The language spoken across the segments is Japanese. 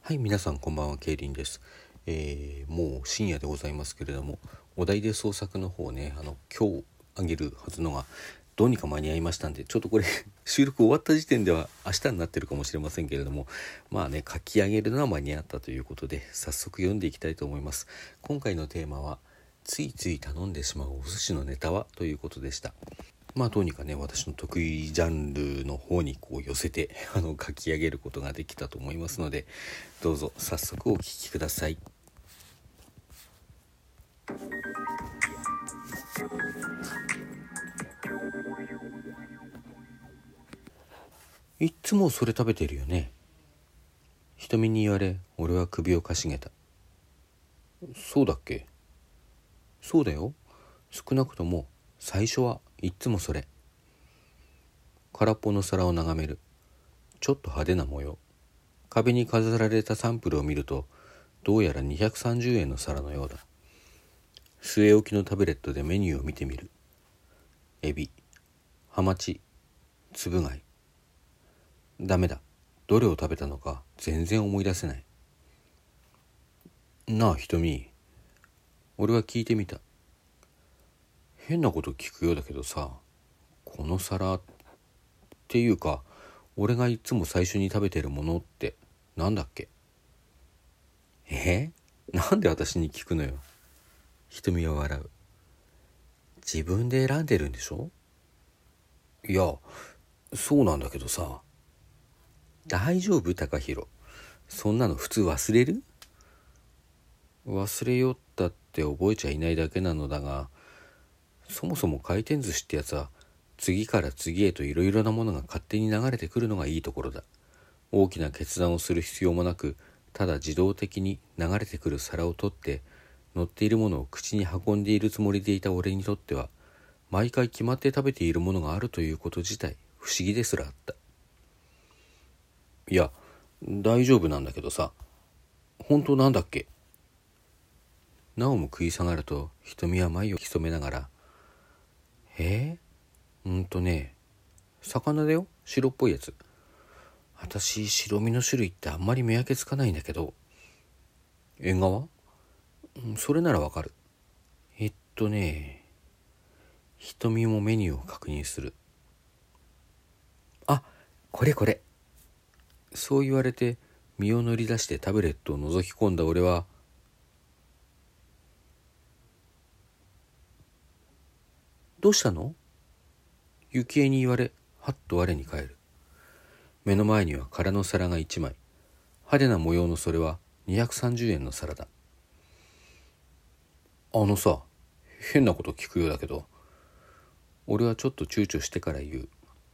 はい、皆さんこんばんは、ケイリンです。もう深夜でございますけれども、お題で創作の方ね、今日あげるはずのがどうにか間に合いましたんで、ちょっとこれ収録終わった時点では明日になってるかもしれませんけれども、まあね、書き上げるのは間に合ったということで、早速読んでいきたいと思います。今回のテーマは、ついつい頼んでしまうお寿司のネタはということでした。まあどうにかね、私の得意ジャンルの方にこう寄せて書き上げることができたと思いますので、どうぞ早速お聞きください。いっつもそれ食べてるよね。瞳に言われ、俺は首をかしげた。そうだっけ。そうだよ。少なくとも最初はいっつもそれ。空っぽの皿を眺める。ちょっと派手な模様。壁に飾られたサンプルを見ると、どうやら230円の皿のようだ。据え置きのタブレットでメニューを見てみる。エビ、ハマチ、つぶ貝。ダメだ。どれを食べたのか全然思い出せない。なあ、瞳。俺は聞いてみた。変なこと聞くようだけどさ、この皿っていうか、俺がいつも最初に食べてるものってなんだっけ。なんで私に聞くのよ。瞳は笑う。自分で選んでるんでしょ。いや、そうなんだけどさ。大丈夫、高弘。そんなの普通忘れる？忘れよったって覚えちゃいないだけなのだが、そもそも回転寿司ってやつは次から次へといろいろなものが勝手に流れてくるのがいいところだ。大きな決断をする必要もなく、ただ自動的に流れてくる皿を取って乗っているものを口に運んでいるつもりでいた俺にとっては、毎回決まって食べているものがあるということ自体不思議ですらあった。いや、大丈夫なんだけどさ。本当なんだっけ。なおも食い下がると瞳は眉を潜めながら、魚だよ、白っぽいやつ。私、白身の種類ってあんまり見分けつかないんだけど。縁側？それならわかる。瞳もメニューを確認する。あ、これこれ。そう言われて身を乗り出してタブレットを覗き込んだ俺は、どうしたの？幸恵に言われ、はっと我に返る。目の前には空の皿が一枚。派手な模様のそれは230円の皿だ。変なこと聞くようだけど、俺はちょっと躊躇してから言う。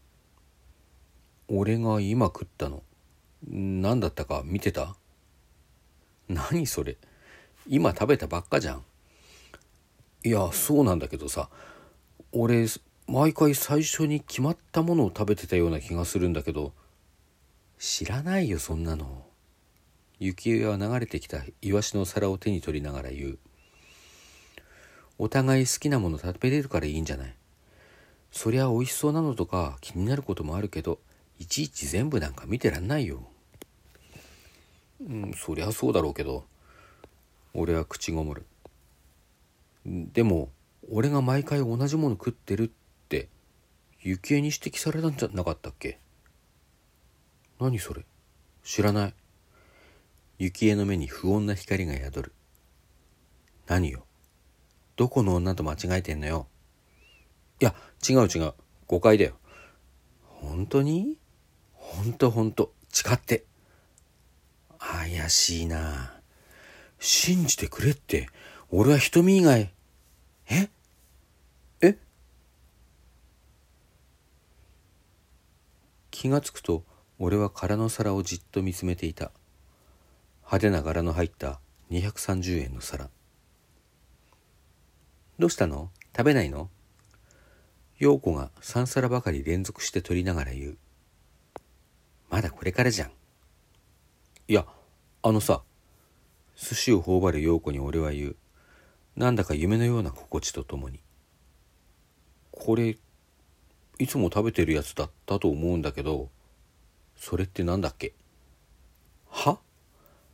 俺が今食ったの、何だったか見てた？何それ？今食べたばっかじゃん。いや、そうなんだけどさ、俺、毎回最初に決まったものを食べてたような気がするんだけど。知らないよ、そんなの。幸恵は流れてきたイワシの皿を手に取りながら言う。お互い好きなもの食べれるからいいんじゃない。そりゃ美味しそうなのとか気になることもあるけど、いちいち全部なんか見てらんないよ。そりゃそうだろうけど。俺は口ごもる。でも俺が毎回同じもの食ってるって幸恵に指摘されたんじゃなかったっけ。何それ？知らない。幸恵の目に不穏な光が宿る。何よ。どこの女と間違えてんのよ。いや、違う違う。誤解だよ。本当に？本当。誓って。怪しいな。信じてくれって。俺は瞳以外。ええ気がつくと、俺は空の皿をじっと見つめていた。派手な柄の入った230円の皿。どうしたの？食べないの？陽子が3皿ばかり連続して取りながら言う。まだこれからじゃん。いや、寿司を頬張る陽子に俺は言う。なんだか夢のような心地とともに。これ、いつも食べてるやつだったと思うんだけど、それってなんだっけ？は？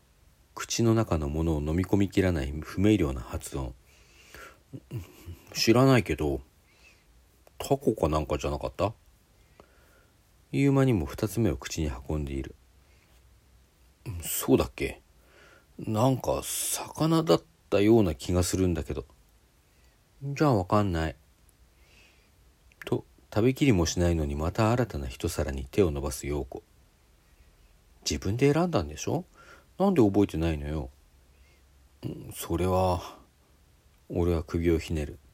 口の中のものを飲み込みきらない不明瞭な発音。知らないけどタコかなんかじゃなかった？言う間にも二つ目を口に運んでいる。そうだっけ？なんか魚だったような気がするんだけど。じゃあわかんない。と食べきりもしないのにまた新たな一皿に手を伸ばす陽子。自分で選んだんでしょ？なんで覚えてないのよ。それは。俺は首をひねる。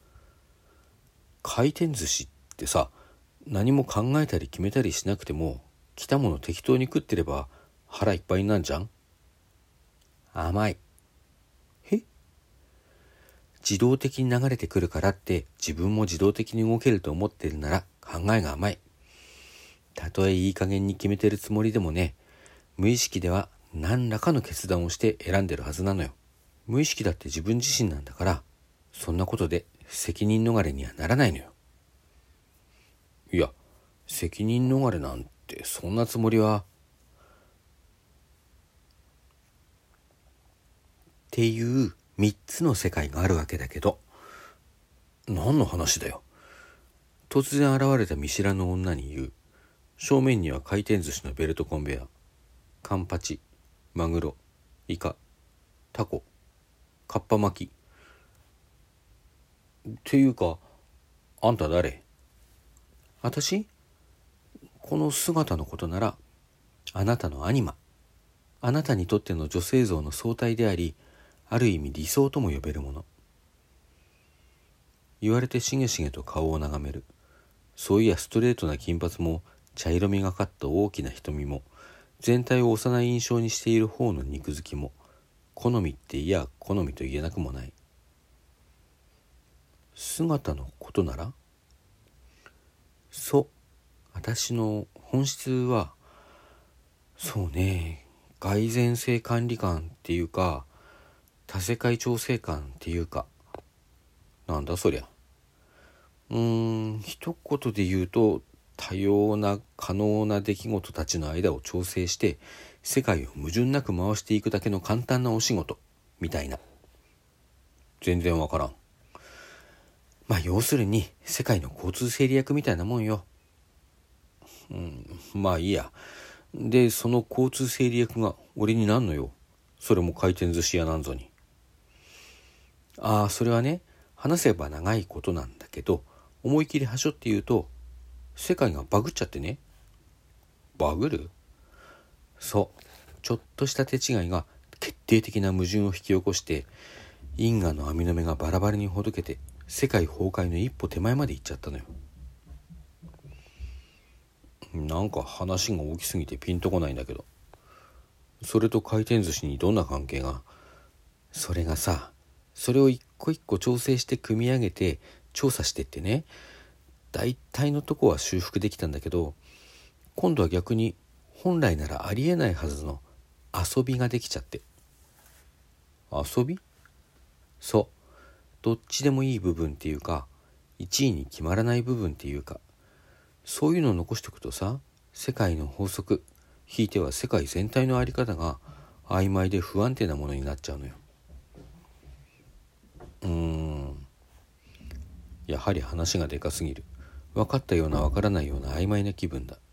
回転寿司ってさ、何も考えたり決めたりしなくても来たもの適当に食ってれば腹いっぱいになんじゃん。甘い。え？自動的に流れてくるからって自分も自動的に動けると思ってるなら考えが甘い。たとえいい加減に決めてるつもりでもね、無意識では何らかの決断をして選んでるはずなのよ。無意識だって自分自身なんだから、そんなことで責任逃れにはならないのよ。いや、責任逃れなんてそんなつもりは。っていう3つの世界があるわけだけど、何の話だよ。突然現れた見知らぬ女に言う。正面には回転寿司のベルトコンベヤー、カンパチ、マグロ、イカ、タコ、カッパ巻き。っていうか、あんた誰？私？この姿のことなら、あなたのアニマ、あなたにとっての女性像の総体であり、ある意味理想とも呼べるもの。言われてしげしげと顔を眺める。そういやストレートな金髪も茶色みがかった大きな瞳も、全体を幼い印象にしている方の肉付きも、好みっていや好みと言えなくもない。姿のことなら？そう、私の本質は、そうね、蓋然性管理官っていうか、多世界調整官っていうか、なんだそりゃ。一言で言うと、多様な可能な出来事たちの間を調整して世界を矛盾なく回していくだけの簡単なお仕事みたいな。全然わからん。要するに世界の交通整理役みたいなもんよ。まあいいや。でその交通整理役が俺になんのよ。それも回転寿司屋なんぞに。それはね、話せば長いことなんだけど、思い切りはしょって言うと、世界がバグっちゃってね。バグる？そう、ちょっとした手違いが決定的な矛盾を引き起こして、因果の網の目がバラバラにほどけて世界崩壊の一歩手前まで行っちゃったのよ。なんか話が大きすぎてピンとこないんだけど。それと回転寿司にどんな関係が？それがさ、それを一個一個調整して組み上げて調査してってね、大体のとこは修復できたんだけど、今度は逆に本来ならありえないはずの遊びができちゃって。遊び？そう、どっちでもいい部分っていうか、1位に決まらない部分っていうか、そういうのを残しておくとさ、世界の法則、ひいては世界全体の在り方が曖昧で不安定なものになっちゃうのよ。やはり話がでかすぎる。分かったような分からないような曖昧な気分だ。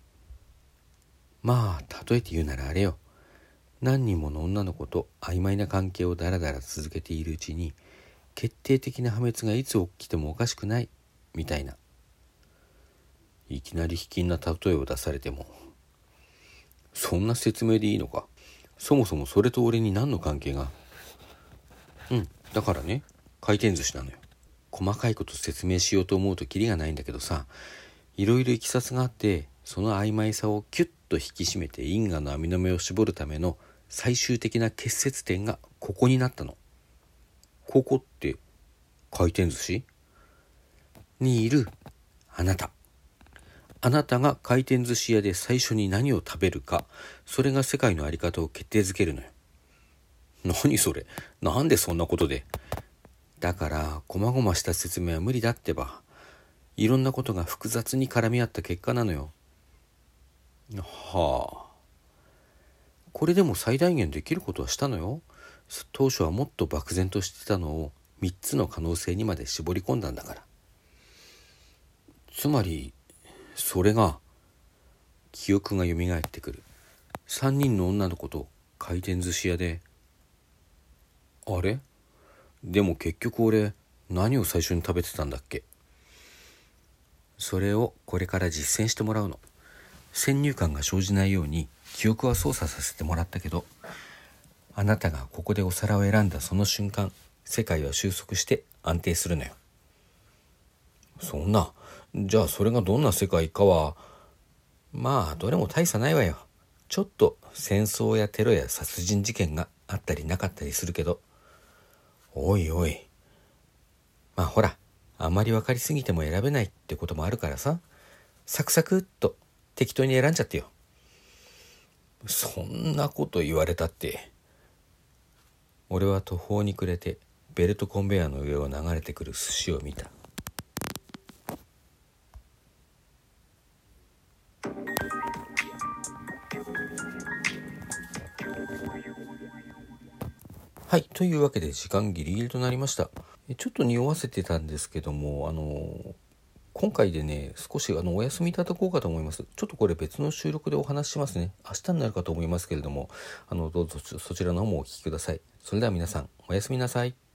例えて言うならあれよ。何人もの女の子と曖昧な関係をだらだら続けているうちに、決定的な破滅がいつ起きてもおかしくないみたいな。いきなり卑近な例えを出されても、そんな説明でいいのか。そもそもそれと俺に何の関係が。だからね、回転寿司なのよ。細かいこと説明しようと思うとキリがないんだけどさ、いろいろいきさつがあって、その曖昧さをキュッと引き締めて因果の網の目を絞るための最終的な結節点がここになったの。ここって回転寿司にいるあなた。あなたが回転寿司屋で最初に何を食べるか、それが世界の在り方を決定づけるのよ。何それ？なんでそんなことで？だから細々した説明は無理だってば。いろんなことが複雑に絡み合った結果なのよ。はあ。 これでも最大限できることはしたのよ。当初はもっと漠然としてたのを3つの可能性にまで絞り込んだんだから。つまりそれが記憶が蘇ってくる。3人の女の子と回転寿司屋で、あれ？でも結局俺何を最初に食べてたんだっけ？それをこれから実践してもらうの。先入観が生じないように記憶は操作させてもらったけど、あなたがここでお皿を選んだその瞬間、世界は収束して安定するのよ。そんな、じゃあそれがどんな世界かは、まあどれも大差ないわよ。ちょっと戦争やテロや殺人事件があったりなかったりするけど、おいおい、まあほら、あまり分かりすぎても選べないってこともあるからさ、サクサクっと適当に選んじゃってよ。そんなこと言われたって。俺は途方に暮れてベルトコンベヤーの上を流れてくる寿司を見た。はい、というわけで時間ギリギリとなりました。ちょっと匂わせてたんですけども、今回でね、少しお休みいただこうかと思います。ちょっとこれ別の収録でお話ししますね。明日になるかと思いますけれども、どうぞそちらの方もお聞きください。それでは皆さん、おやすみなさい。